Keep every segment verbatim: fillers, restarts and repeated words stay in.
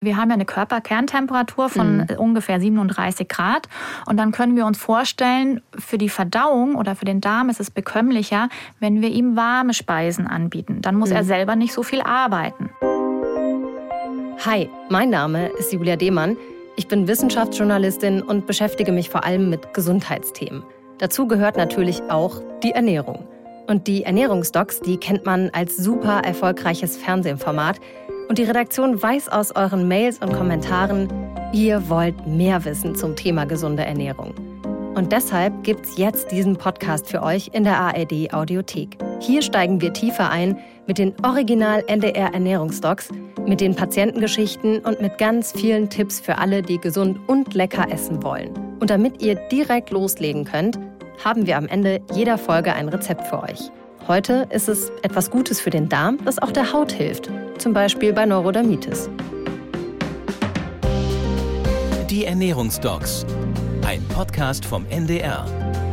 Wir haben ja eine Körperkerntemperatur von mhm. ungefähr siebenunddreißig Grad. Und dann können wir uns vorstellen, für die Verdauung oder für den Darm ist es bekömmlicher, wenn wir ihm warme Speisen anbieten. Dann muss mhm. er selber nicht so viel arbeiten. Hi, mein Name ist Julia Demann. Ich bin Wissenschaftsjournalistin und beschäftige mich vor allem mit Gesundheitsthemen. Dazu gehört natürlich auch die Ernährung. Und die Ernährungsdocs, die kennt man als super erfolgreiches Fernsehformat. Und die Redaktion weiß aus euren Mails und Kommentaren, ihr wollt mehr wissen zum Thema gesunde Ernährung. Und deshalb gibt's jetzt diesen Podcast für euch in der A R D-Audiothek. Hier steigen wir tiefer ein mit den Original-N D R-Ernährungsdocs, mit den Patientengeschichten und mit ganz vielen Tipps für alle, die gesund und lecker essen wollen. Und damit ihr direkt loslegen könnt, haben wir am Ende jeder Folge ein Rezept für euch. Heute ist es etwas Gutes für den Darm, das auch der Haut hilft. Zum Beispiel bei Neurodermitis. Die Ernährungsdocs. Ein Podcast vom N D R.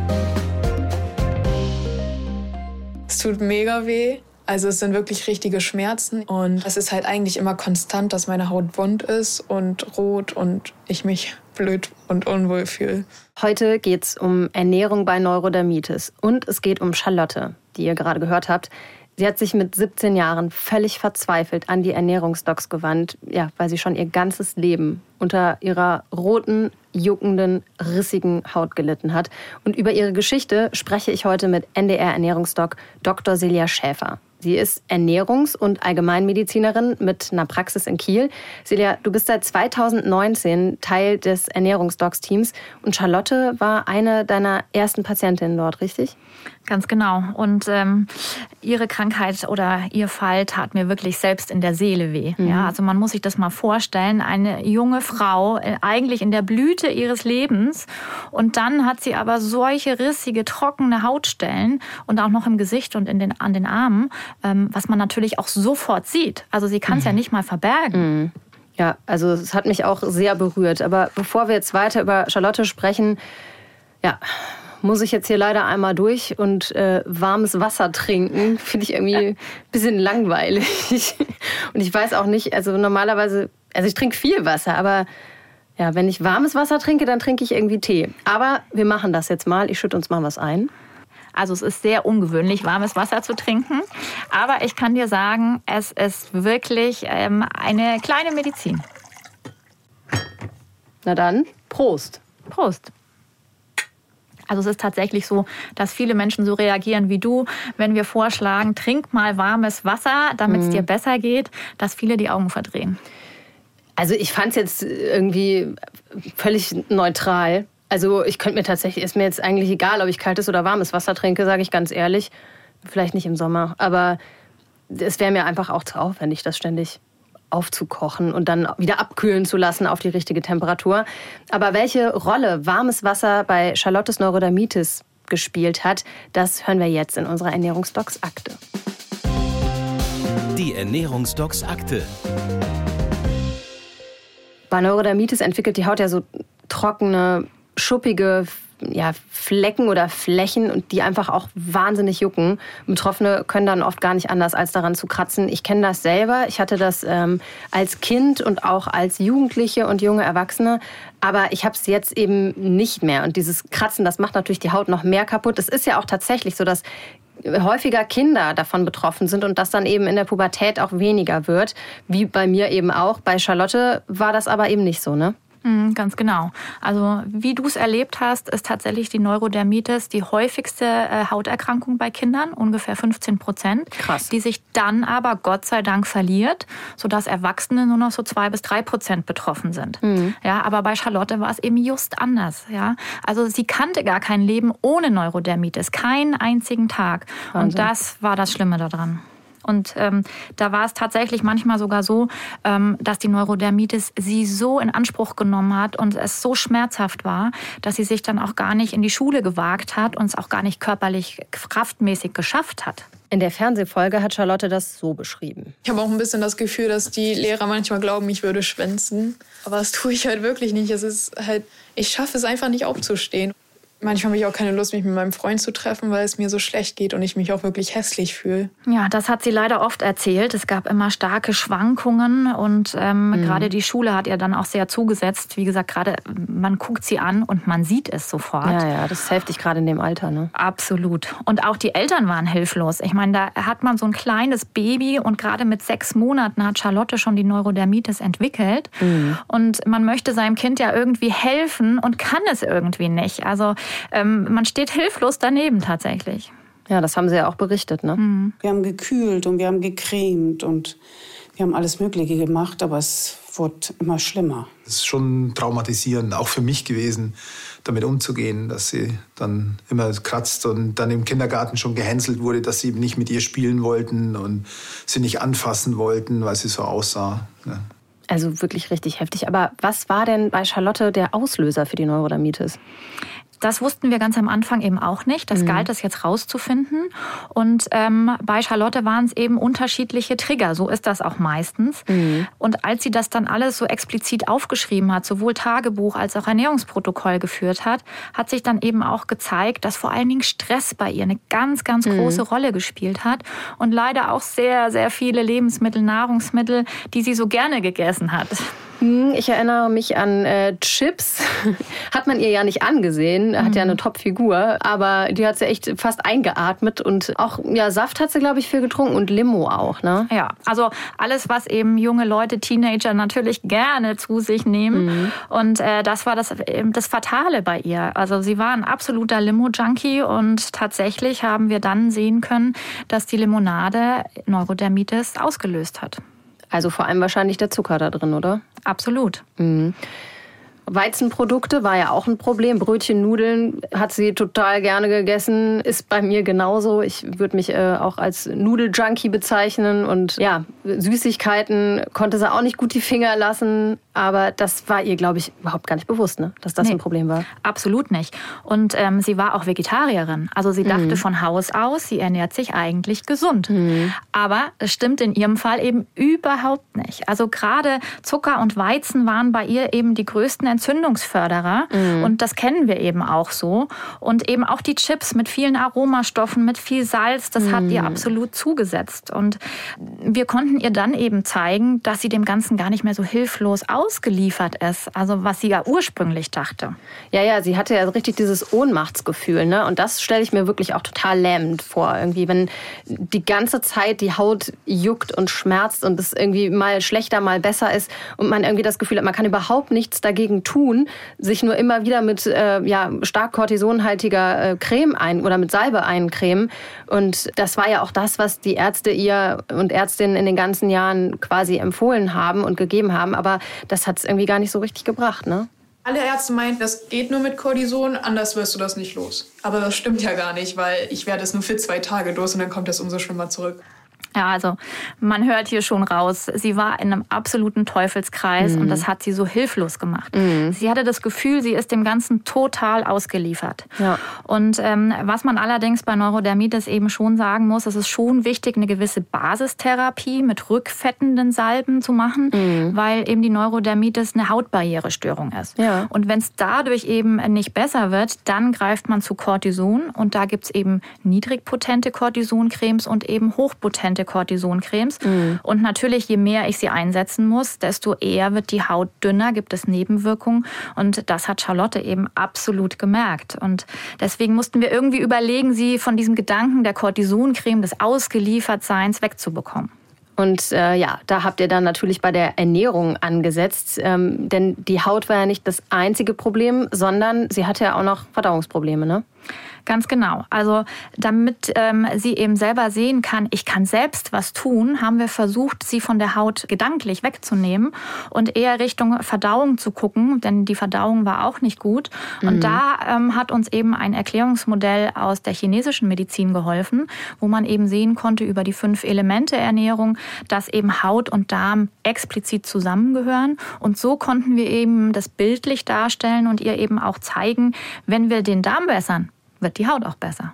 Es tut mega weh. Also es sind wirklich richtige Schmerzen. Und es ist halt eigentlich immer konstant, dass meine Haut wund ist und rot und ich mich blöd und unwohl fühle. Heute geht es um Ernährung bei Neurodermitis. Und es geht um Charlotte, die ihr gerade gehört habt. Sie hat sich mit siebzehn Jahren völlig verzweifelt an die Ernährungsdocs gewandt, ja, weil sie schon ihr ganzes Leben unter ihrer roten, juckenden, rissigen Haut gelitten hat. Und über ihre Geschichte spreche ich heute mit N D R-Ernährungsdoc Doktor Silja Schäfer. Sie ist Ernährungs- und Allgemeinmedizinerin mit einer Praxis in Kiel. Silja, du bist seit zweitausendneunzehn Teil des Ernährungsdocs-Teams und Charlotte war eine deiner ersten Patientinnen dort, richtig? Ganz genau. Und ähm, ihre Krankheit oder ihr Fall tat mir wirklich selbst in der Seele weh. Mhm. Ja, also man muss sich das mal vorstellen. Eine junge Frau, äh, eigentlich in der Blüte ihres Lebens. Und dann hat sie aber solche rissige, trockene Hautstellen und auch noch im Gesicht und in den, an den Armen, ähm, was man natürlich auch sofort sieht. Also sie kann es mhm. ja nicht mal verbergen. Mhm. Ja, also es hat mich auch sehr berührt. Aber bevor wir jetzt weiter über Charlotte sprechen, ja, muss ich jetzt hier leider einmal durch und äh, warmes Wasser trinken. Finde ich irgendwie ein bisschen langweilig. Und ich weiß auch nicht, also normalerweise, also ich trinke viel Wasser, aber ja, wenn ich warmes Wasser trinke, dann trinke ich irgendwie Tee. Aber wir machen das jetzt mal. Ich schütte uns mal was ein. Also es ist sehr ungewöhnlich, warmes Wasser zu trinken. Aber ich kann dir sagen, es ist wirklich ähm, eine kleine Medizin. Na dann, Prost. Prost. Also es ist tatsächlich so, dass viele Menschen so reagieren wie du, wenn wir vorschlagen, trink mal warmes Wasser, damit es mhm. dir besser geht, dass viele die Augen verdrehen. Also ich fand es jetzt irgendwie völlig neutral. Also ich könnte mir tatsächlich, ist mir jetzt eigentlich egal, ob ich kaltes oder warmes Wasser trinke, sage ich ganz ehrlich. Vielleicht nicht im Sommer, aber es wäre mir einfach auch zu aufwendig, das ständig aufzukochen und dann wieder abkühlen zu lassen auf die richtige Temperatur. Aber welche Rolle warmes Wasser bei Charlottes Neurodermitis gespielt hat, das hören wir jetzt in unserer Ernährungsdocs-Akte. Die Ernährungsdocs-Akte. Bei Neurodermitis entwickelt die Haut ja so trockene, schuppige ja, Flecken oder Flächen und die einfach auch wahnsinnig jucken. Betroffene können dann oft gar nicht anders, als daran zu kratzen. Ich kenne das selber. Ich hatte das ähm, als Kind und auch als Jugendliche und junge Erwachsene. Aber ich habe es jetzt eben nicht mehr. Und dieses Kratzen, das macht natürlich die Haut noch mehr kaputt. Es ist ja auch tatsächlich so, dass häufiger Kinder davon betroffen sind und das dann eben in der Pubertät auch weniger wird. Wie bei mir eben auch. Bei Charlotte war das aber eben nicht so, ne? Ganz genau. Also wie du es erlebt hast, ist tatsächlich die Neurodermitis die häufigste äh, Hauterkrankung bei Kindern, ungefähr fünfzehn Prozent. Krass. Die sich dann aber Gott sei Dank verliert, sodass Erwachsene nur noch so zwei bis drei Prozent betroffen sind. Mhm. Ja, aber bei Charlotte war es eben just anders. Ja, also sie kannte gar kein Leben ohne Neurodermitis, keinen einzigen Tag. Wahnsinn. Und das war das Schlimme daran. Und ähm, da war es tatsächlich manchmal sogar so, ähm, dass die Neurodermitis sie so in Anspruch genommen hat und es so schmerzhaft war, dass sie sich dann auch gar nicht in die Schule gewagt hat und es auch gar nicht körperlich kraftmäßig geschafft hat. In der Fernsehfolge hat Charlotte das so beschrieben. Ich habe auch ein bisschen das Gefühl, dass die Lehrer manchmal glauben, ich würde schwänzen. Aber das tue ich halt wirklich nicht. Es ist halt, ich schaffe es einfach nicht aufzustehen. Manchmal habe ich auch keine Lust, mich mit meinem Freund zu treffen, weil es mir so schlecht geht und ich mich auch wirklich hässlich fühle. Ja, das hat sie leider oft erzählt. Es gab immer starke Schwankungen und ähm, mhm. gerade die Schule hat ihr dann auch sehr zugesetzt. Wie gesagt, gerade man guckt sie an und man sieht es sofort. Ja, ja, das ist heftig, gerade in dem Alter, ne? Absolut. Und auch die Eltern waren hilflos. Ich meine, da hat man so ein kleines Baby und gerade mit sechs Monaten hat Charlotte schon die Neurodermitis entwickelt. Mhm. Und man möchte seinem Kind ja irgendwie helfen und kann es irgendwie nicht. Also ähm, man steht hilflos daneben tatsächlich. Ja, das haben sie ja auch berichtet, ne? Mhm. Wir haben gekühlt und wir haben gecremt und wir haben alles Mögliche gemacht, aber es wurde immer schlimmer. Es ist schon traumatisierend, auch für mich gewesen, damit umzugehen, dass sie dann immer kratzt und dann im Kindergarten schon gehänselt wurde, dass sie eben nicht mit ihr spielen wollten und sie nicht anfassen wollten, weil sie so aussah. Ja. Also wirklich richtig heftig. Aber was war denn bei Charlotte der Auslöser für die Neurodermitis? Das wussten wir ganz am Anfang eben auch nicht. Das mhm. galt es jetzt rauszufinden. Und ähm, bei Charlotte waren es eben unterschiedliche Trigger. So ist das auch meistens. Mhm. Und als sie das dann alles so explizit aufgeschrieben hat, sowohl Tagebuch als auch Ernährungsprotokoll geführt hat, hat sich dann eben auch gezeigt, dass vor allen Dingen Stress bei ihr eine ganz, ganz mhm. große Rolle gespielt hat. Und leider auch sehr, sehr viele Lebensmittel, Nahrungsmittel, die sie so gerne gegessen hat. Ich erinnere mich an äh, Chips. Hat man ihr ja nicht angesehen. Hat mhm. ja eine Top-Figur. Aber die hat sie echt fast eingeatmet. Und auch ja, Saft hat sie, glaube ich, viel getrunken. Und Limo auch, ne? Ja, also alles, was eben junge Leute, Teenager natürlich gerne zu sich nehmen. Mhm. Und äh, das war das, das Fatale bei ihr. Also sie war ein absoluter Limo-Junkie. Und tatsächlich haben wir dann sehen können, dass die Limonade Neurodermitis ausgelöst hat. Also vor allem wahrscheinlich der Zucker da drin, oder? Absolut. Mhm. Weizenprodukte war ja auch ein Problem. Brötchen, Nudeln hat sie total gerne gegessen. Ist bei mir genauso. Ich würde mich äh, auch als Nudeljunkie bezeichnen. Und ja, Süßigkeiten konnte sie auch nicht gut die Finger lassen. Aber das war ihr, glaube ich, überhaupt gar nicht bewusst, ne? Dass das nee, ein Problem war. Absolut nicht. Und ähm, sie war auch Vegetarierin. Also sie dachte mhm. von Haus aus, sie ernährt sich eigentlich gesund. Mhm. Aber es stimmt in ihrem Fall eben überhaupt nicht. Also gerade Zucker und Weizen waren bei ihr eben die größten Entzündungsförderer. Mhm. Und das kennen wir eben auch so. Und eben auch die Chips mit vielen Aromastoffen, mit viel Salz, das mhm. hat ihr absolut zugesetzt. Und wir konnten ihr dann eben zeigen, dass sie dem Ganzen gar nicht mehr so hilflos ausgeliefert ist. Also was sie ja ursprünglich dachte. Ja, ja, sie hatte ja richtig dieses Ohnmachtsgefühl, ne? Und das stelle ich mir wirklich auch total lähmend vor. Irgendwie, wenn die ganze Zeit die Haut juckt und schmerzt und es irgendwie mal schlechter, mal besser ist und man irgendwie das Gefühl hat, man kann überhaupt nichts dagegen tun, sich nur immer wieder mit äh, ja, stark kortisonhaltiger äh, Creme ein oder mit Salbe eincremen. Und das war ja auch das, was die Ärzte ihr und Ärztinnen in den ganzen Jahren quasi empfohlen haben und gegeben haben. Aber das hat es irgendwie gar nicht so richtig gebracht, ne? Alle Ärzte meinten, das geht nur mit Cortison, anders wirst du das nicht los. Aber das stimmt ja gar nicht, weil ich werde es nur für zwei Tage los und dann kommt das umso schlimmer zurück. Ja, also man hört hier schon raus, sie war in einem absoluten Teufelskreis mhm. und das hat sie so hilflos gemacht. Mhm. Sie hatte das Gefühl, sie ist dem Ganzen total ausgeliefert. Ja. Und ähm, was man allerdings bei Neurodermitis eben schon sagen muss, es ist schon wichtig, eine gewisse Basistherapie mit rückfettenden Salben zu machen, mhm. weil eben die Neurodermitis eine Hautbarrierestörung ist. Ja. Und wenn es dadurch eben nicht besser wird, dann greift man zu Cortison und da gibt es eben niedrigpotente Cortisoncremes und eben hochpotente Cortisoncremes. Mhm. Und natürlich, je mehr ich sie einsetzen muss, desto eher wird die Haut dünner, gibt es Nebenwirkungen. Und das hat Charlotte eben absolut gemerkt. Und deswegen mussten wir irgendwie überlegen, sie von diesem Gedanken der Cortisoncreme, des Ausgeliefertseins wegzubekommen. Und äh, ja, da habt ihr dann natürlich bei der Ernährung angesetzt. Ähm, denn die Haut war ja nicht das einzige Problem, sondern sie hatte ja auch noch Verdauungsprobleme, ne? Ganz genau. Also damit ähm, sie eben selber sehen kann, ich kann selbst was tun, haben wir versucht, sie von der Haut gedanklich wegzunehmen und eher Richtung Verdauung zu gucken, denn die Verdauung war auch nicht gut. Und mhm. da ähm, hat uns eben ein Erklärungsmodell aus der chinesischen Medizin geholfen, wo man eben sehen konnte über die fünf Elemente Ernährung, dass eben Haut und Darm explizit zusammengehören. Und so konnten wir eben das bildlich darstellen und ihr eben auch zeigen, wenn wir den Darm bessern, wird die Haut auch besser.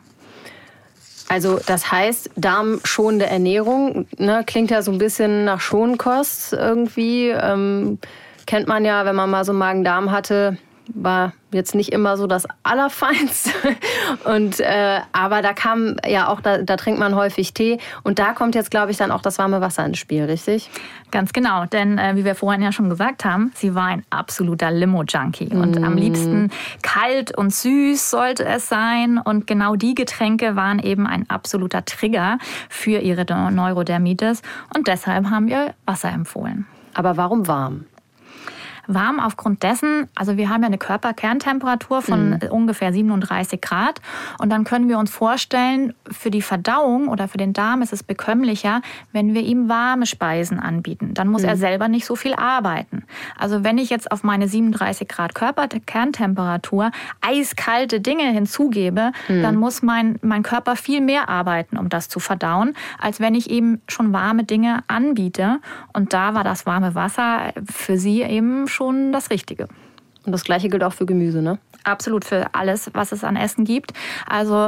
Also das heißt, darmschonende Ernährung, ne, klingt ja so ein bisschen nach Schonkost irgendwie. Ähm, kennt man ja, wenn man mal so Magen-Darm hatte, war jetzt nicht immer so das Allerfeinste. Und, äh, aber da kam ja auch, da, da trinkt man häufig Tee. Und da kommt jetzt, glaube ich, dann auch das warme Wasser ins Spiel, richtig? Ganz genau, denn äh, wie wir vorhin ja schon gesagt haben, sie war ein absoluter Limo-Junkie. Und mm. am liebsten kalt und süß sollte es sein. Und genau die Getränke waren eben ein absoluter Trigger für ihre Neurodermitis. Und deshalb haben wir Wasser empfohlen. Aber warum warm? Warm aufgrund dessen, also wir haben ja eine Körperkerntemperatur von mhm. ungefähr siebenunddreißig Grad und dann können wir uns vorstellen, für die Verdauung oder für den Darm ist es bekömmlicher, wenn wir ihm warme Speisen anbieten. Dann muss mhm. er selber nicht so viel arbeiten. Also wenn ich jetzt auf meine siebenunddreißig Grad Körperkerntemperatur eiskalte Dinge hinzugebe, mhm. dann muss mein, mein Körper viel mehr arbeiten, um das zu verdauen, als wenn ich ihm schon warme Dinge anbiete. Und da war das warme Wasser für sie eben schon das Richtige. Und das Gleiche gilt auch für Gemüse, ne? Absolut, für alles, was es an Essen gibt. Also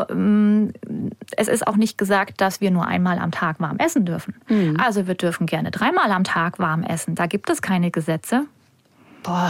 es ist auch nicht gesagt, dass wir nur einmal am Tag warm essen dürfen. Mhm. Also wir dürfen gerne dreimal am Tag warm essen. Da gibt es keine Gesetze. Boah,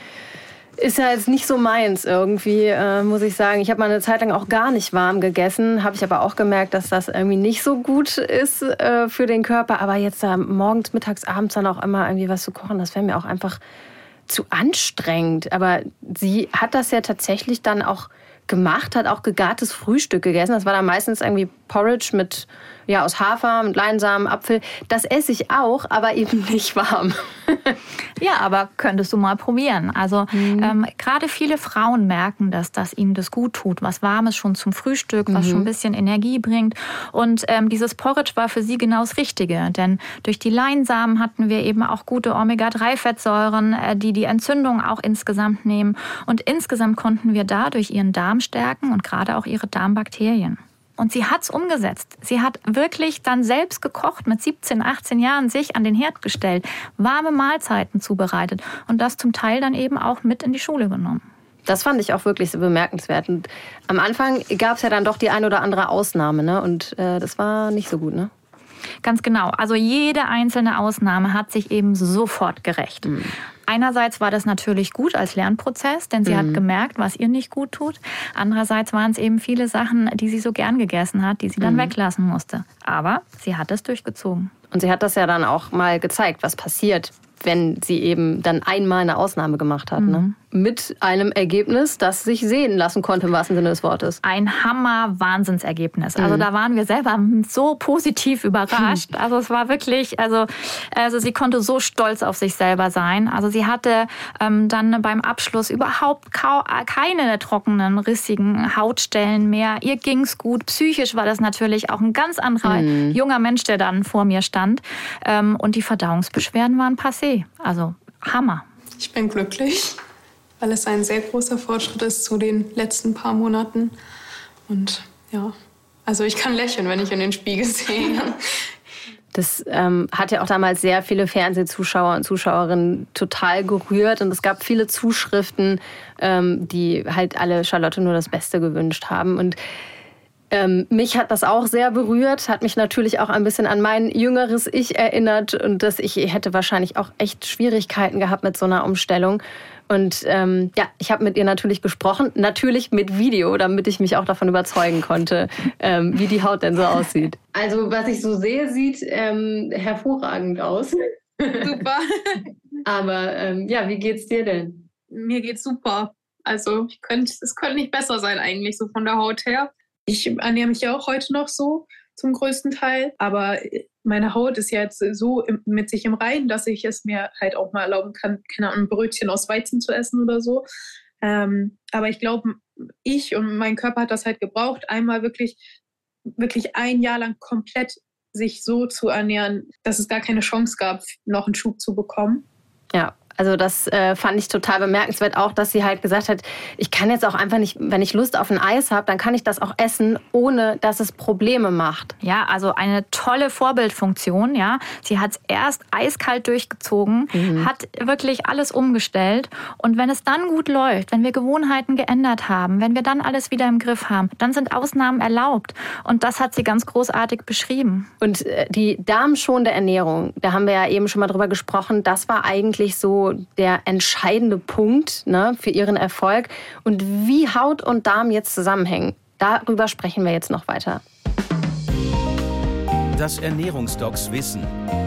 ist ja jetzt nicht so meins irgendwie, äh, muss ich sagen. Ich habe mal eine Zeit lang auch gar nicht warm gegessen, habe ich aber auch gemerkt, dass das irgendwie nicht so gut ist äh, für den Körper. Aber jetzt da morgens, mittags, abends dann auch immer irgendwie was zu kochen, das wäre mir auch einfach zu anstrengend. Aber sie hat das ja tatsächlich dann auch gemacht, hat auch gegartes Frühstück gegessen. Das war dann meistens irgendwie Porridge mit, ja, aus Hafer, mit Leinsamen, Apfel. Das esse ich auch, aber eben nicht warm. Ja, aber könntest du mal probieren. Also mhm. ähm, gerade viele Frauen merken das, dass ihnen das gut tut. Was Warmes schon zum Frühstück, was mhm. schon ein bisschen Energie bringt. Und ähm, dieses Porridge war für sie genau das Richtige. Denn durch die Leinsamen hatten wir eben auch gute Omega drei Fettsäuren, äh, die die Entzündung auch insgesamt nehmen. Und insgesamt konnten wir dadurch ihren Darm stärken und gerade auch ihre Darmbakterien. Und sie hat's umgesetzt. Sie hat wirklich dann selbst gekocht, mit siebzehn, achtzehn Jahren sich an den Herd gestellt, warme Mahlzeiten zubereitet und das zum Teil dann eben auch mit in die Schule genommen. Das fand ich auch wirklich so bemerkenswert. Und am Anfang gab es ja dann doch die ein oder andere Ausnahme, ne? Und äh, das war nicht so gut, ne? Ganz genau. Also jede einzelne Ausnahme hat sich eben sofort gerächt. Mhm. Einerseits war das natürlich gut als Lernprozess, denn sie mhm. hat gemerkt, was ihr nicht gut tut. Andererseits waren es eben viele Sachen, die sie so gern gegessen hat, die sie dann mhm. weglassen musste. Aber sie hat es durchgezogen. Und sie hat das ja dann auch mal gezeigt, was passiert, wenn sie eben dann einmal eine Ausnahme gemacht hat. Mhm. Ne? Mit einem Ergebnis, das sich sehen lassen konnte, im wahrsten Sinne des Wortes. Ein Hammer-Wahnsinnsergebnis. Also mhm. da waren wir selber so positiv überrascht. Also es war wirklich, also, also sie konnte so stolz auf sich selber sein. Also sie hatte ähm, dann beim Abschluss überhaupt kau- keine trockenen, rissigen Hautstellen mehr. Ihr ging's gut. Psychisch war das natürlich auch ein ganz anderer mhm. junger Mensch, der dann vor mir stand. Ähm, und die Verdauungsbeschwerden waren passé. Also Hammer. Ich bin glücklich, weil es ein sehr großer Fortschritt ist zu den letzten paar Monaten. Und ja, also ich kann lächeln, wenn ich in den Spiegel sehe. Das ähm, hat ja auch damals sehr viele Fernsehzuschauer und Zuschauerinnen total gerührt. Und es gab viele Zuschriften, ähm, die halt alle Charlotte nur das Beste gewünscht haben. Und Ähm, mich hat das auch sehr berührt, hat mich natürlich auch ein bisschen an mein jüngeres Ich erinnert und dass ich hätte wahrscheinlich auch echt Schwierigkeiten gehabt mit so einer Umstellung. Und ähm, ja, ich habe mit ihr natürlich gesprochen, natürlich mit Video, damit ich mich auch davon überzeugen konnte, ähm, wie die Haut denn so aussieht. Also was ich so sehe, sieht ähm, hervorragend aus. Super. Aber ähm, ja, wie geht's dir denn? Mir geht's super. Also ich könnte, es könnte nicht besser sein eigentlich, so von der Haut her. Ich ernähre mich ja auch heute noch so zum größten Teil, aber meine Haut ist ja jetzt so mit sich im Reinen, dass ich es mir halt auch mal erlauben kann, keine Ahnung, ein Brötchen aus Weizen zu essen oder so. Ähm, aber ich glaube, ich und mein Körper hat das halt gebraucht, einmal wirklich, wirklich ein Jahr lang komplett sich so zu ernähren, dass es gar keine Chance gab, noch einen Schub zu bekommen. Ja. Also das äh, fand ich total bemerkenswert auch, dass sie halt gesagt hat, ich kann jetzt auch einfach nicht, wenn ich Lust auf ein Eis habe, dann kann ich das auch essen, ohne dass es Probleme macht. Ja, also eine tolle Vorbildfunktion, ja. Sie hat es erst eiskalt durchgezogen, mhm. hat wirklich alles umgestellt und wenn es dann gut läuft, wenn wir Gewohnheiten geändert haben, wenn wir dann alles wieder im Griff haben, dann sind Ausnahmen erlaubt und das hat sie ganz großartig beschrieben. Und äh, die darmschonende Ernährung, da haben wir ja eben schon mal drüber gesprochen, das war eigentlich so so der entscheidende Punkt, ne, für ihren Erfolg. Und wie Haut und Darm jetzt zusammenhängen, darüber sprechen wir jetzt noch weiter. Das Ernährungsdocs Wissen.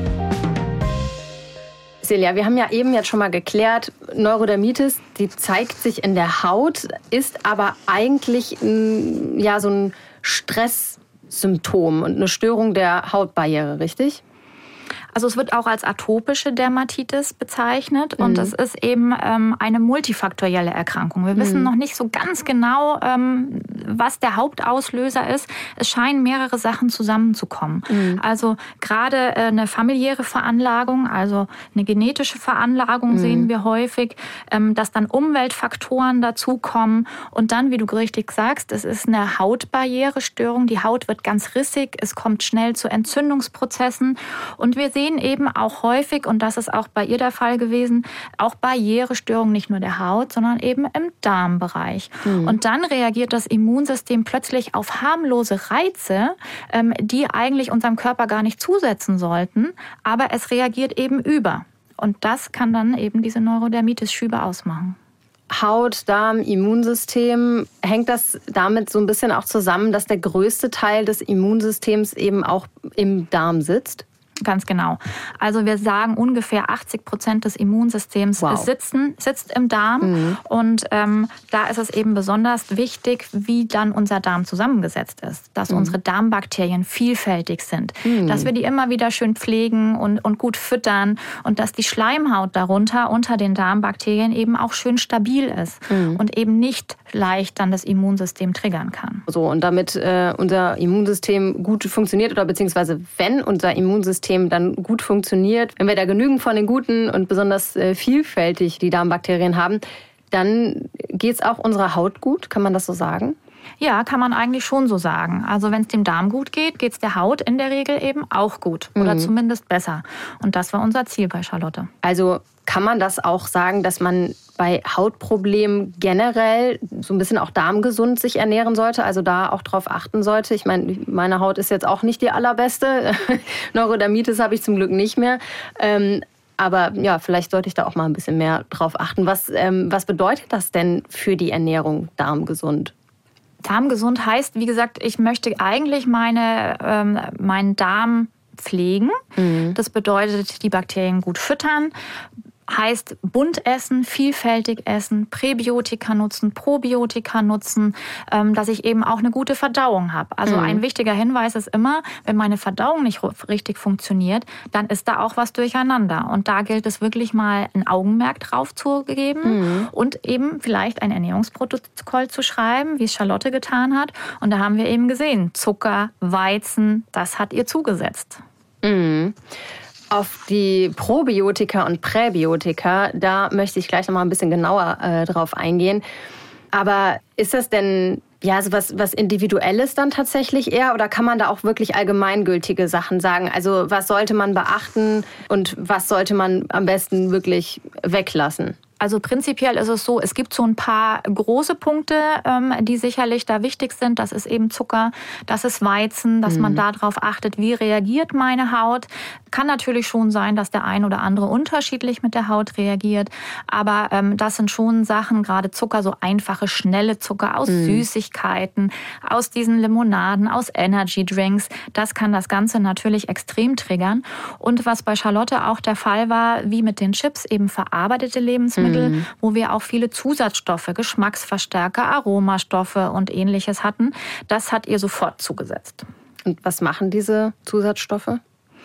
Celia, wir haben ja eben jetzt schon mal geklärt, Neurodermitis, die zeigt sich in der Haut, ist aber eigentlich ja, so ein Stresssymptom und eine Störung der Hautbarriere, richtig? Also es wird auch als atopische Dermatitis bezeichnet und es mhm. ist eben ähm, eine multifaktorielle Erkrankung. Wir wissen mhm. noch nicht so ganz genau, ähm, was der Hauptauslöser ist. Es scheinen mehrere Sachen zusammenzukommen. Mhm. Also gerade äh, eine familiäre Veranlagung, also eine genetische Veranlagung mhm. sehen wir häufig, ähm, dass dann Umweltfaktoren dazukommen und dann, wie du richtig sagst, es ist eine Hautbarrierestörung. Die Haut wird ganz rissig, es kommt schnell zu Entzündungsprozessen und wir sehen eben auch häufig, und das ist auch bei ihr der Fall gewesen, auch Barrierestörungen nicht nur der Haut, sondern eben im Darmbereich. Mhm. Und dann reagiert das Immunsystem plötzlich auf harmlose Reize, die eigentlich unserem Körper gar nicht zusetzen sollten, aber es reagiert eben über. Und das kann dann eben diese Neurodermitis-Schübe ausmachen. Haut, Darm, Immunsystem, hängt das damit so ein bisschen auch zusammen, dass der größte Teil des Immunsystems eben auch im Darm sitzt? Ganz genau. Also wir sagen, ungefähr achtzig Prozent des Immunsystems wow. sitzen, sitzt im Darm. Mhm. Und ähm, da ist es eben besonders wichtig, wie dann unser Darm zusammengesetzt ist. Dass mhm. unsere Darmbakterien vielfältig sind. Mhm. Dass wir die immer wieder schön pflegen und, und gut füttern. Und dass die Schleimhaut darunter, unter den Darmbakterien, eben auch schön stabil ist. Mhm. Und eben nicht leicht dann das Immunsystem triggern kann. So, und damit äh, unser Immunsystem gut funktioniert, oder beziehungsweise wenn unser Immunsystem dann gut funktioniert, wenn wir da genügend von den guten und besonders äh, vielfältig die Darmbakterien haben, dann geht es auch unserer Haut gut, kann man das so sagen? Ja, kann man eigentlich schon so sagen. Also wenn es dem Darm gut geht, geht es der Haut in der Regel eben auch gut. Oder mhm. zumindest besser. Und das war unser Ziel bei Charlotte. Also kann man das auch sagen, dass man bei Hautproblemen generell so ein bisschen auch darmgesund sich ernähren sollte? Also da auch drauf achten sollte? Ich meine, meine Haut ist jetzt auch nicht die allerbeste. Neurodermitis habe ich zum Glück nicht mehr. Ähm, aber ja, vielleicht sollte ich da auch mal ein bisschen mehr drauf achten. Was, ähm, was bedeutet das denn für die Ernährung darmgesund? Darmgesund heißt, wie gesagt, ich möchte eigentlich meine, ähm, meinen Darm pflegen. Mhm. Das bedeutet, die Bakterien gut füttern. Heißt bunt essen, vielfältig essen, Präbiotika nutzen, Probiotika nutzen, dass ich eben auch eine gute Verdauung habe. Also mhm. ein wichtiger Hinweis ist immer, wenn meine Verdauung nicht richtig funktioniert, dann ist da auch was durcheinander. Und da gilt es wirklich mal ein Augenmerk drauf zu geben mhm. und eben vielleicht ein Ernährungsprotokoll zu schreiben, wie es Charlotte getan hat. Und da haben wir eben gesehen, Zucker, Weizen, das hat ihr zugesetzt. Mhm. Auf die Probiotika und Präbiotika, da möchte ich gleich noch mal ein bisschen genauer äh, drauf eingehen. Aber ist das denn ja so was, was Individuelles dann tatsächlich eher, oder kann man da auch wirklich allgemeingültige Sachen sagen? Also was sollte man beachten und was sollte man am besten wirklich weglassen? Also prinzipiell ist es so, es gibt so ein paar große Punkte, die sicherlich da wichtig sind. Das ist eben Zucker, das ist Weizen, dass mhm. man darauf achtet, wie reagiert meine Haut. Kann natürlich schon sein, dass der ein oder andere unterschiedlich mit der Haut reagiert. Aber ähm, das sind schon Sachen, gerade Zucker, so einfache, schnelle Zucker aus mhm. Süßigkeiten, aus diesen Limonaden, aus Energy Drinks. Das kann das Ganze natürlich extrem triggern. Und was bei Charlotte auch der Fall war, wie mit den Chips, eben verarbeitete Lebensmittel, Mhm. wo wir auch viele Zusatzstoffe, Geschmacksverstärker, Aromastoffe und Ähnliches hatten. Das hat ihr sofort zugesetzt. Und was machen diese Zusatzstoffe?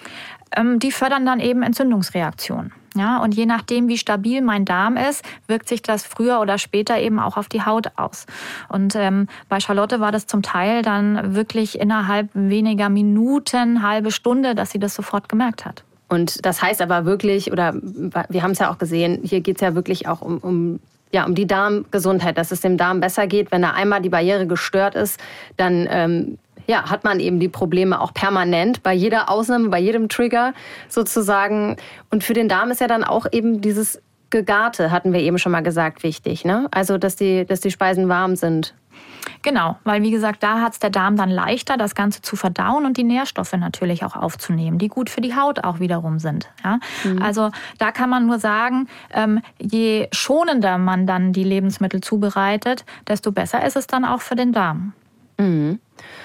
Ähm, die fördern dann eben Entzündungsreaktionen. Ja, und je nachdem, wie stabil mein Darm ist, wirkt sich das früher oder später eben auch auf die Haut aus. Und ähm, bei Charlotte war das zum Teil dann wirklich innerhalb weniger Minuten, halbe Stunde, dass sie das sofort gemerkt hat. Und das heißt aber wirklich, oder wir haben es ja auch gesehen, hier geht es ja wirklich auch um, um, ja, um die Darmgesundheit, dass es dem Darm besser geht. Wenn da einmal die Barriere gestört ist, dann ähm, ja, hat man eben die Probleme auch permanent, bei jeder Ausnahme, bei jedem Trigger sozusagen. Und für den Darm ist ja dann auch eben dieses gegarte, hatten wir eben schon mal gesagt, wichtig, ne? Also, dass die, dass die Speisen warm sind. Genau, weil wie gesagt, da hat es der Darm dann leichter, das Ganze zu verdauen und die Nährstoffe natürlich auch aufzunehmen, die gut für die Haut auch wiederum sind. Ja? Mhm. Also da kann man nur sagen, ähm, je schonender man dann die Lebensmittel zubereitet, desto besser ist es dann auch für den Darm. Mhm.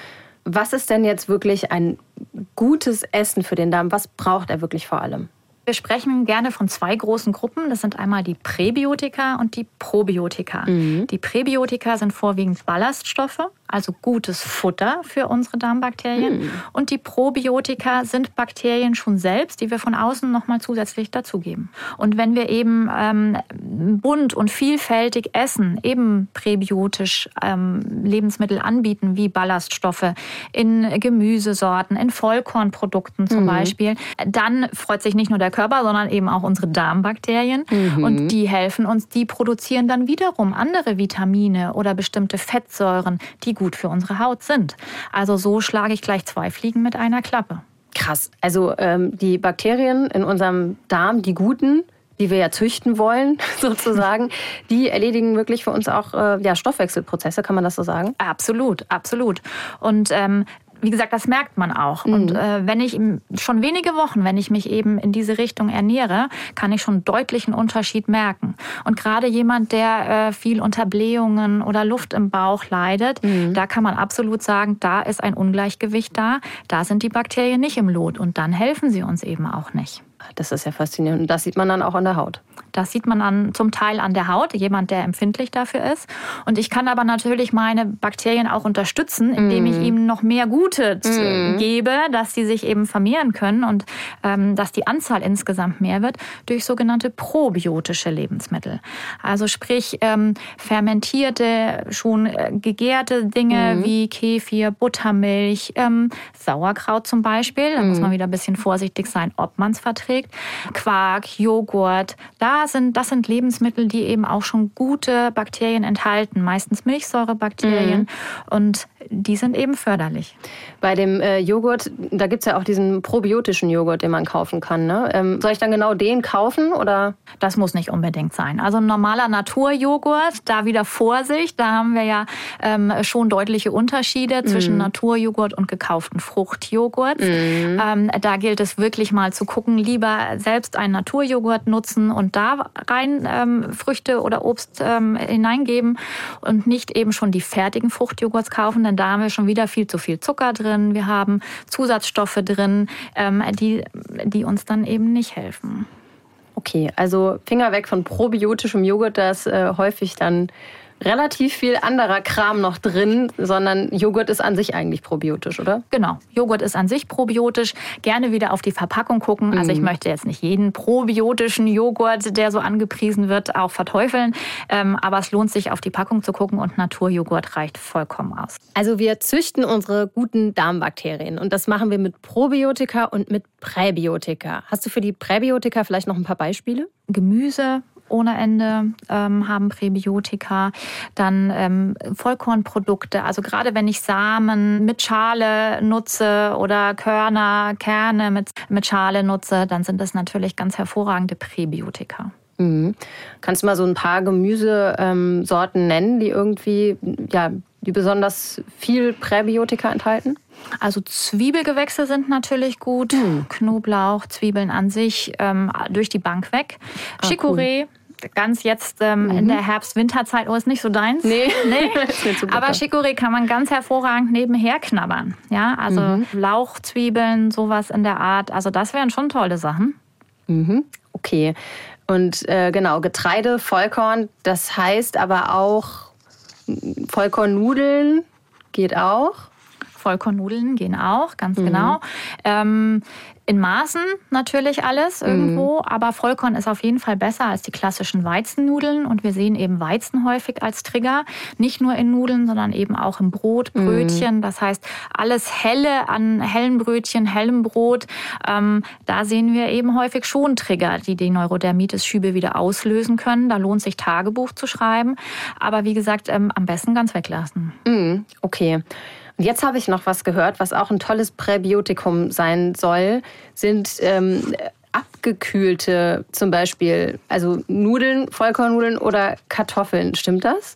Was ist denn jetzt wirklich ein gutes Essen für den Darm? Was braucht er wirklich vor allem? Wir sprechen gerne von zwei großen Gruppen. Das sind einmal die Präbiotika und die Probiotika. Mhm. Die Präbiotika sind vorwiegend Ballaststoffe, also gutes Futter für unsere Darmbakterien. Mhm. Und die Probiotika sind Bakterien schon selbst, die wir von außen nochmal zusätzlich dazugeben. Und wenn wir eben ähm, bunt und vielfältig essen, eben präbiotisch ähm, Lebensmittel anbieten, wie Ballaststoffe in Gemüsesorten, in Vollkornprodukten zum mhm. Beispiel, dann freut sich nicht nur der Körper, sondern eben auch unsere Darmbakterien. Mhm. Und die helfen uns, die produzieren dann wiederum andere Vitamine oder bestimmte Fettsäuren, die gut für unsere Haut sind. Also so schlage ich gleich zwei Fliegen mit einer Klappe. Krass. Also ähm, die Bakterien in unserem Darm, die guten, die wir ja züchten wollen, sozusagen, die erledigen wirklich für uns auch äh, ja, Stoffwechselprozesse, kann man das so sagen? Absolut, absolut. Und ähm, wie gesagt, das merkt man auch. Mhm. Und äh, wenn ich schon wenige Wochen, wenn ich mich eben in diese Richtung ernähre, kann ich schon einen deutlichen Unterschied merken. Und gerade jemand, der äh, viel unter Blähungen oder Luft im Bauch leidet, mhm. da kann man absolut sagen, da ist ein Ungleichgewicht da. Da sind die Bakterien nicht im Lot und dann helfen sie uns eben auch nicht. Das ist ja faszinierend. Und das sieht man dann auch an der Haut. Das sieht man an, zum Teil an der Haut, jemand, der empfindlich dafür ist. Und ich kann aber natürlich meine Bakterien auch unterstützen, indem mm. ich ihnen noch mehr Gute mm. gebe, dass sie sich eben vermehren können und ähm, dass die Anzahl insgesamt mehr wird durch sogenannte probiotische Lebensmittel. Also sprich ähm, fermentierte, schon äh, gegärte Dinge mm. wie Kefir, Buttermilch, ähm, Sauerkraut zum Beispiel. Da mm. muss man wieder ein bisschen vorsichtig sein, ob man es verträgt. Quark, Joghurt, da sind, das sind Lebensmittel, die eben auch schon gute Bakterien enthalten, meistens Milchsäurebakterien mhm. und die sind eben förderlich. Bei dem äh, Joghurt, da gibt es ja auch diesen probiotischen Joghurt, den man kaufen kann. Ne? Ähm, soll ich dann genau den kaufen? Oder? Das muss nicht unbedingt sein. Also ein normaler Naturjoghurt, da wieder Vorsicht, da haben wir ja ähm, schon deutliche Unterschiede mhm. zwischen Naturjoghurt und gekauften Fruchtjoghurt. Mhm. Ähm, da gilt es wirklich mal zu gucken, lieber selbst einen Naturjoghurt nutzen und da rein ähm, Früchte oder Obst ähm, hineingeben und nicht eben schon die fertigen Fruchtjoghurts kaufen, denn da haben wir schon wieder viel zu viel Zucker drin. Wir haben Zusatzstoffe drin, ähm, die, die uns dann eben nicht helfen. Okay, also Finger weg von probiotischem Joghurt, da ist äh, häufig dann relativ viel anderer Kram noch drin, sondern Joghurt ist an sich eigentlich probiotisch, oder? Genau, Joghurt ist an sich probiotisch. Gerne wieder auf die Verpackung gucken. Mhm. Also ich möchte jetzt nicht jeden probiotischen Joghurt, der so angepriesen wird, auch verteufeln. Ähm, aber es lohnt sich, auf die Packung zu gucken und Naturjoghurt reicht vollkommen aus. Also wir züchten unsere guten Darmbakterien und das machen wir mit Probiotika und mit Präbiotika. Hast du für die Präbiotika vielleicht noch ein paar Beispiele? Gemüse ohne Ende ähm, haben Präbiotika, dann ähm, Vollkornprodukte, also gerade wenn ich Samen mit Schale nutze oder Körner, Kerne mit, mit Schale nutze, dann sind das natürlich ganz hervorragende Präbiotika. Mhm. Kannst du mal so ein paar Gemüsesorten ähm, nennen, die irgendwie, ja, die besonders viel Präbiotika enthalten? Also Zwiebelgewächse sind natürlich gut, mhm. Knoblauch, Zwiebeln an sich ähm, durch die Bank weg. Ah, Chicorée, cool. Ganz jetzt ähm, mhm. in der Herbst-Winterzeit, oh, ist nicht so deins. Nee, nee. So aber Chicorée kann man ganz hervorragend nebenher knabbern. Ja, also mhm. Lauchzwiebeln, sowas in der Art. Also das wären schon tolle Sachen. Mhm. Okay. Und äh, genau, Getreide, Vollkorn, das heißt aber auch Vollkornnudeln geht auch. Vollkornnudeln gehen auch, ganz mhm. genau. Ähm, in Maßen natürlich alles irgendwo, mhm. aber Vollkorn ist auf jeden Fall besser als die klassischen Weizennudeln. Und wir sehen eben Weizen häufig als Trigger. Nicht nur in Nudeln, sondern eben auch im Brot, Brötchen. Mhm. Das heißt, alles Helle an hellen Brötchen, hellem Brot. Ähm, da sehen wir eben häufig schon Trigger, die die Neurodermitis-Schübe wieder auslösen können. Da lohnt sich Tagebuch zu schreiben. Aber wie gesagt, ähm, am besten ganz weglassen. Mhm. Okay. Und jetzt habe ich noch was gehört, was auch ein tolles Präbiotikum sein soll, sind ähm, abgekühlte, zum Beispiel, also Nudeln, Vollkornnudeln oder Kartoffeln. Stimmt das?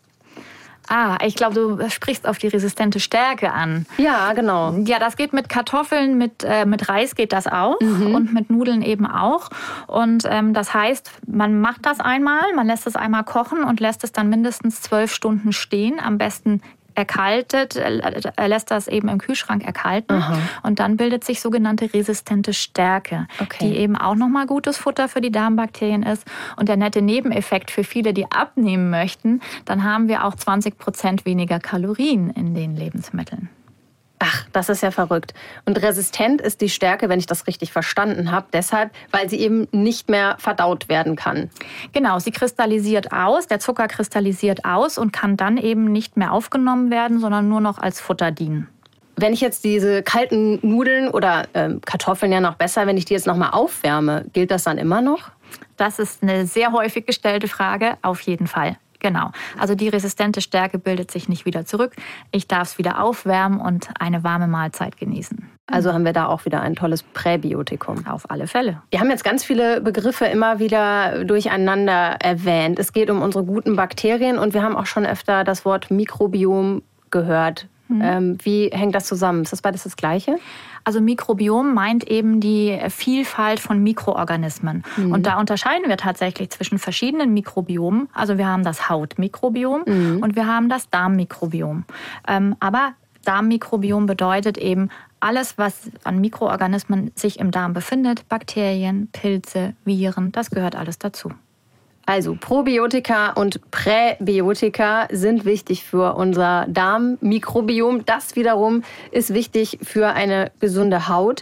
Ah, ich glaube, du sprichst auf die resistente Stärke an. Ja, genau. Ja, das geht mit Kartoffeln, mit, äh, mit Reis geht das auch mhm. und mit Nudeln eben auch. Und ähm, das heißt, man macht das einmal, man lässt es einmal kochen und lässt es dann mindestens zwölf Stunden stehen. Am besten erkaltet, er lässt das eben im Kühlschrank erkalten. Aha. Und dann bildet sich sogenannte resistente Stärke, okay. die eben auch nochmal gutes Futter für die Darmbakterien ist. Und der nette Nebeneffekt für viele, die abnehmen möchten, dann haben wir auch zwanzig Prozent weniger Kalorien in den Lebensmitteln. Ach, das ist ja verrückt. Und resistent ist die Stärke, wenn ich das richtig verstanden habe, deshalb, weil sie eben nicht mehr verdaut werden kann. Genau, sie kristallisiert aus, der Zucker kristallisiert aus und kann dann eben nicht mehr aufgenommen werden, sondern nur noch als Futter dienen. Wenn ich jetzt diese kalten Nudeln oder äh, Kartoffeln ja noch besser, wenn ich die jetzt noch mal aufwärme, gilt das dann immer noch? Das ist eine sehr häufig gestellte Frage, auf jeden Fall. Genau. Also die resistente Stärke bildet sich nicht wieder zurück. Ich darf es wieder aufwärmen und eine warme Mahlzeit genießen. Also haben wir da auch wieder ein tolles Präbiotikum. Auf alle Fälle. Wir haben jetzt ganz viele Begriffe immer wieder durcheinander erwähnt. Es geht um unsere guten Bakterien und wir haben auch schon öfter das Wort Mikrobiom gehört. Mhm. Ähm, wie hängt das zusammen? Ist das beides das Gleiche? Also Mikrobiom meint eben die Vielfalt von Mikroorganismen. Mhm. Und da unterscheiden wir tatsächlich zwischen verschiedenen Mikrobiomen. Also wir haben das Hautmikrobiom mhm. und wir haben das Darmmikrobiom. Ähm, aber Darmmikrobiom bedeutet eben alles, was an Mikroorganismen sich im Darm befindet. Bakterien, Pilze, Viren, das gehört alles dazu. Also Probiotika und Präbiotika sind wichtig für unser Darmmikrobiom. Das wiederum ist wichtig für eine gesunde Haut.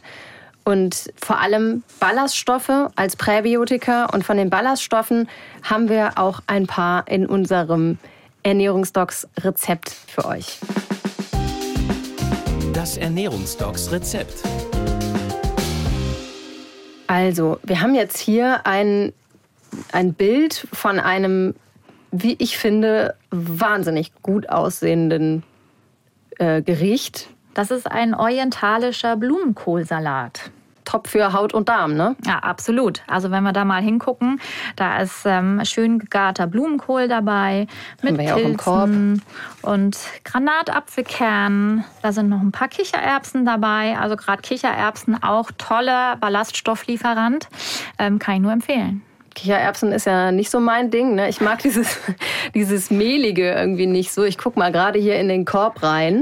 Und vor allem Ballaststoffe als Präbiotika. Und von den Ballaststoffen haben wir auch ein paar in unserem Ernährungsdocs-Rezept für euch. Das Ernährungsdocs-Rezept. Also, wir haben jetzt hier ein ein Bild von einem, wie ich finde, wahnsinnig gut aussehenden äh, Gericht. Das ist ein orientalischer Blumenkohlsalat. Top für Haut und Darm, ne? Ja, absolut. Also wenn wir da mal hingucken, da ist ähm, schön gegarter Blumenkohl dabei mit Pilzen und Granatapfelkernen. Da sind noch ein paar Kichererbsen dabei. Also gerade Kichererbsen, auch toller Ballaststofflieferant. Ähm, kann ich nur empfehlen. Kichererbsen ist ja nicht so mein Ding, ne? Ich mag dieses, dieses Mehlige irgendwie nicht so. Ich guck mal gerade hier in den Korb rein.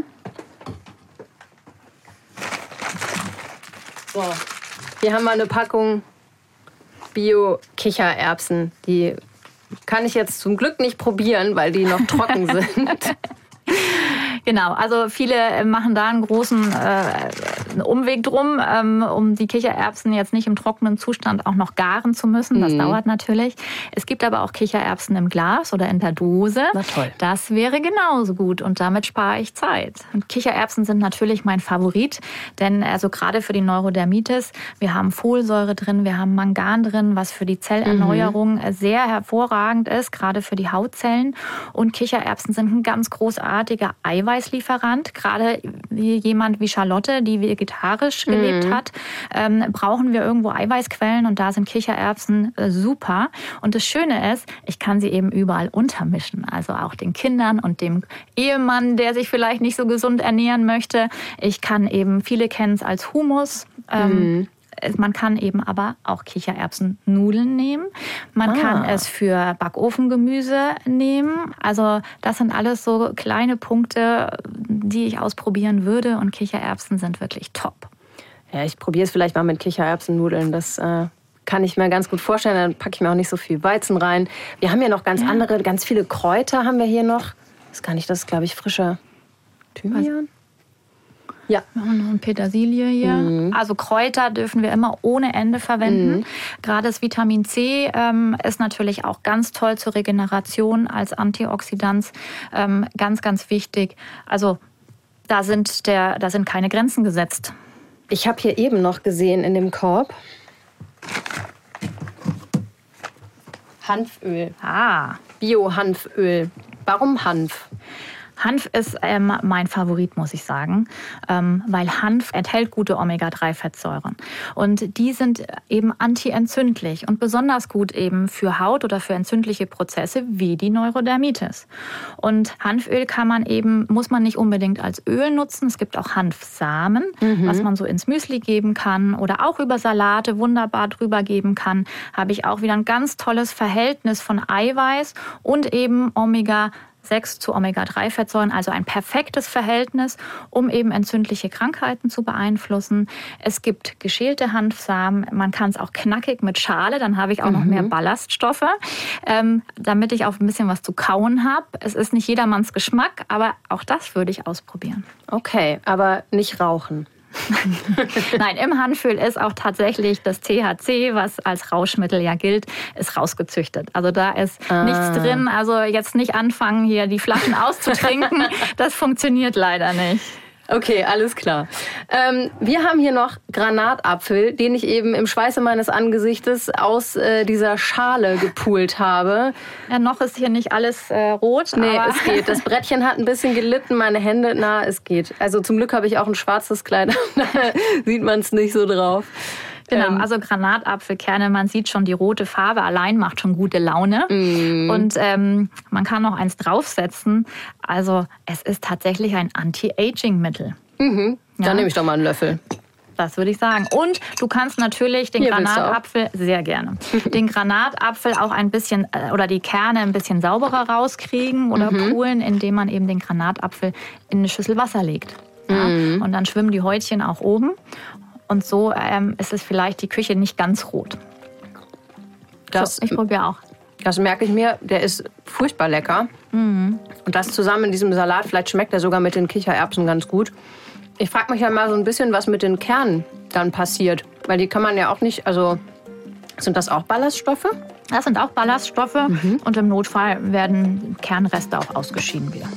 So, hier haben wir eine Packung Bio-Kichererbsen. Die kann ich jetzt zum Glück nicht probieren, weil die noch trocken sind. Genau, also viele machen da einen großen äh, Umweg drum, ähm, um die Kichererbsen jetzt nicht im trockenen Zustand auch noch garen zu müssen. Das mhm. dauert natürlich. Es gibt aber auch Kichererbsen im Glas oder in der Dose. Na toll. Das wäre genauso gut und damit spare ich Zeit. Und Kichererbsen sind natürlich mein Favorit, denn also gerade für die Neurodermitis, wir haben Folsäure drin, wir haben Mangan drin, was für die Zellerneuerung mhm. sehr hervorragend ist, gerade für die Hautzellen. Und Kichererbsen sind ein ganz großartiger Eiweißlieferant. Gerade jemand wie Charlotte, die vegetarisch gelebt mhm. hat, ähm, brauchen wir irgendwo Eiweißquellen und da sind Kichererbsen äh, super. Und das Schöne ist, ich kann sie eben überall untermischen. Also auch den Kindern und dem Ehemann, der sich vielleicht nicht so gesund ernähren möchte. Ich kann eben, viele kennen es als Hummus. Ähm, mhm. Man kann eben aber auch Kichererbsen-Nudeln nehmen. Man ah. kann es für Backofengemüse nehmen. Also das sind alles so kleine Punkte, die ich ausprobieren würde. Und Kichererbsen sind wirklich top. Ja, ich probiere es vielleicht mal mit Kichererbsen-Nudeln. Das äh, kann ich mir ganz gut vorstellen. Dann packe ich mir auch nicht so viel Weizen rein. Wir haben hier noch ganz ja. andere, ganz viele Kräuter haben wir hier noch. Das kann ich, das ist, glaube ich, frischer Thymian. Ja. Wir haben noch eine Petersilie hier. Mhm. Also Kräuter dürfen wir immer ohne Ende verwenden. Mhm. Gerade das Vitamin C ähm, ist natürlich auch ganz toll zur Regeneration als Antioxidant. Ähm, ganz, ganz wichtig. Also da sind, der, da sind keine Grenzen gesetzt. Ich habe hier eben noch gesehen in dem Korb Hanföl. Ah. Bio-Hanföl. Warum Hanf? Hanf ist ähm, mein Favorit, muss ich sagen, ähm, weil Hanf enthält gute Omega drei Fettsäuren. Und die sind eben antientzündlich und besonders gut eben für Haut oder für entzündliche Prozesse wie die Neurodermitis. Und Hanföl kann man eben, muss man nicht unbedingt als Öl nutzen. Es gibt auch Hanfsamen, mhm. was man so ins Müsli geben kann oder auch über Salate wunderbar drüber geben kann. Habe ich auch wieder ein ganz tolles Verhältnis von Eiweiß und eben Omega sechs zu Omega drei Fettsäuren, also ein perfektes Verhältnis, um eben entzündliche Krankheiten zu beeinflussen. Es gibt geschälte Hanfsamen, man kann es auch knackig mit Schale, dann habe ich auch mhm. noch mehr Ballaststoffe, ähm, damit ich auch ein bisschen was zu kauen habe. Es ist nicht jedermanns Geschmack, aber auch das würde ich ausprobieren. Okay, aber nicht rauchen. Nein, im Hanföl ist auch tatsächlich das T H C, was als Rauschmittel ja gilt, ist rausgezüchtet. Also da ist ah. nichts drin. Also jetzt nicht anfangen, hier die Flaschen auszutrinken. Das funktioniert leider nicht. Okay, alles klar. Ähm, wir haben hier noch Granatapfel, den ich eben im Schweiße meines Angesichtes aus äh, dieser Schale gepult habe. Ja, noch ist hier nicht alles äh, rot. Nee, aber es geht. Das Brettchen hat ein bisschen gelitten, meine Hände, na, es geht. Also zum Glück habe ich auch ein schwarzes Kleid, da sieht man es nicht so drauf. Genau, also Granatapfelkerne, man sieht schon, die rote Farbe allein macht schon gute Laune. Mm. Und ähm, man kann noch eins draufsetzen. Also es ist tatsächlich ein Anti-Aging-Mittel. Mhm. Dann ja. nehme ich doch mal einen Löffel. Das würde ich sagen. Und du kannst natürlich den Hier Granatapfel, sehr gerne, den Granatapfel auch ein bisschen, oder die Kerne ein bisschen sauberer rauskriegen oder mhm. poolen, indem man eben den Granatapfel in eine Schüssel Wasser legt. Ja? Mhm. Und dann schwimmen die Häutchen auch oben. Und so ähm, ist es vielleicht die Küche nicht ganz rot. Das, so, ich probiere auch. Das merke ich mir. Der ist furchtbar lecker. Mhm. Und das zusammen in diesem Salat, vielleicht schmeckt er sogar mit den Kichererbsen ganz gut. Ich frage mich ja mal so ein bisschen, was mit den Kernen dann passiert. Weil die kann man ja auch nicht, also sind das auch Ballaststoffe? Das sind auch Ballaststoffe. Mhm. Und im Notfall werden Kernreste auch ausgeschieden wieder.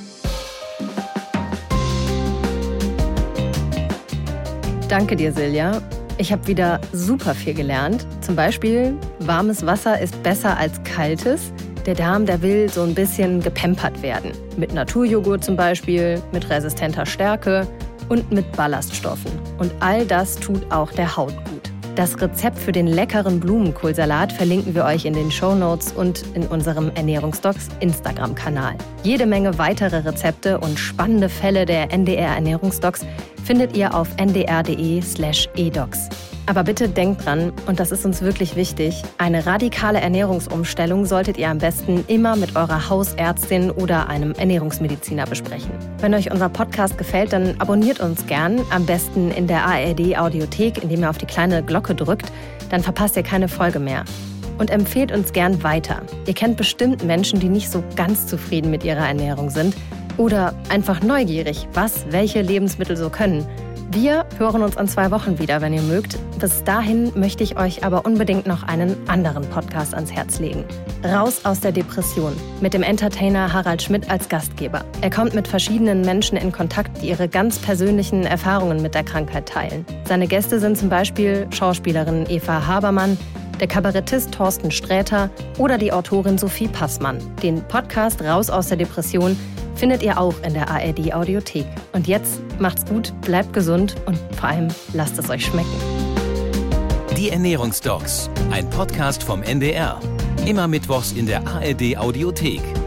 Danke dir, Silja. Ich habe wieder super viel gelernt. Zum Beispiel, warmes Wasser ist besser als kaltes. Der Darm, der will so ein bisschen gepampert werden. Mit Naturjoghurt zum Beispiel, mit resistenter Stärke und mit Ballaststoffen. Und all das tut auch der Haut gut. Das Rezept für den leckeren Blumenkohlsalat verlinken wir euch in den Shownotes und in unserem Ernährungsdocs Instagram-Kanal. Jede Menge weitere Rezepte und spannende Fälle der N D R Ernährungsdocs findet ihr auf n d r punkt d e slash e docs. Aber bitte denkt dran, und das ist uns wirklich wichtig, eine radikale Ernährungsumstellung solltet ihr am besten immer mit eurer Hausärztin oder einem Ernährungsmediziner besprechen. Wenn euch unser Podcast gefällt, dann abonniert uns gern, am besten in der A R D-Audiothek, indem ihr auf die kleine Glocke drückt, dann verpasst ihr keine Folge mehr. Und empfehlt uns gern weiter. Ihr kennt bestimmt Menschen, die nicht so ganz zufrieden mit ihrer Ernährung sind oder einfach neugierig, was welche Lebensmittel so können. Wir hören uns in zwei Wochen wieder, wenn ihr mögt. Bis dahin möchte ich euch aber unbedingt noch einen anderen Podcast ans Herz legen. Raus aus der Depression mit dem Entertainer Harald Schmidt als Gastgeber. Er kommt mit verschiedenen Menschen in Kontakt, die ihre ganz persönlichen Erfahrungen mit der Krankheit teilen. Seine Gäste sind zum Beispiel Schauspielerin Eva Habermann, der Kabarettist Thorsten Sträter oder die Autorin Sophie Passmann. Den Podcast Raus aus der Depression findet ihr auch in der A R D-Audiothek. Und jetzt macht's gut, bleibt gesund und vor allem lasst es euch schmecken. Die Ernährungsdocs, ein Podcast vom N D R. Immer mittwochs in der A R D-Audiothek.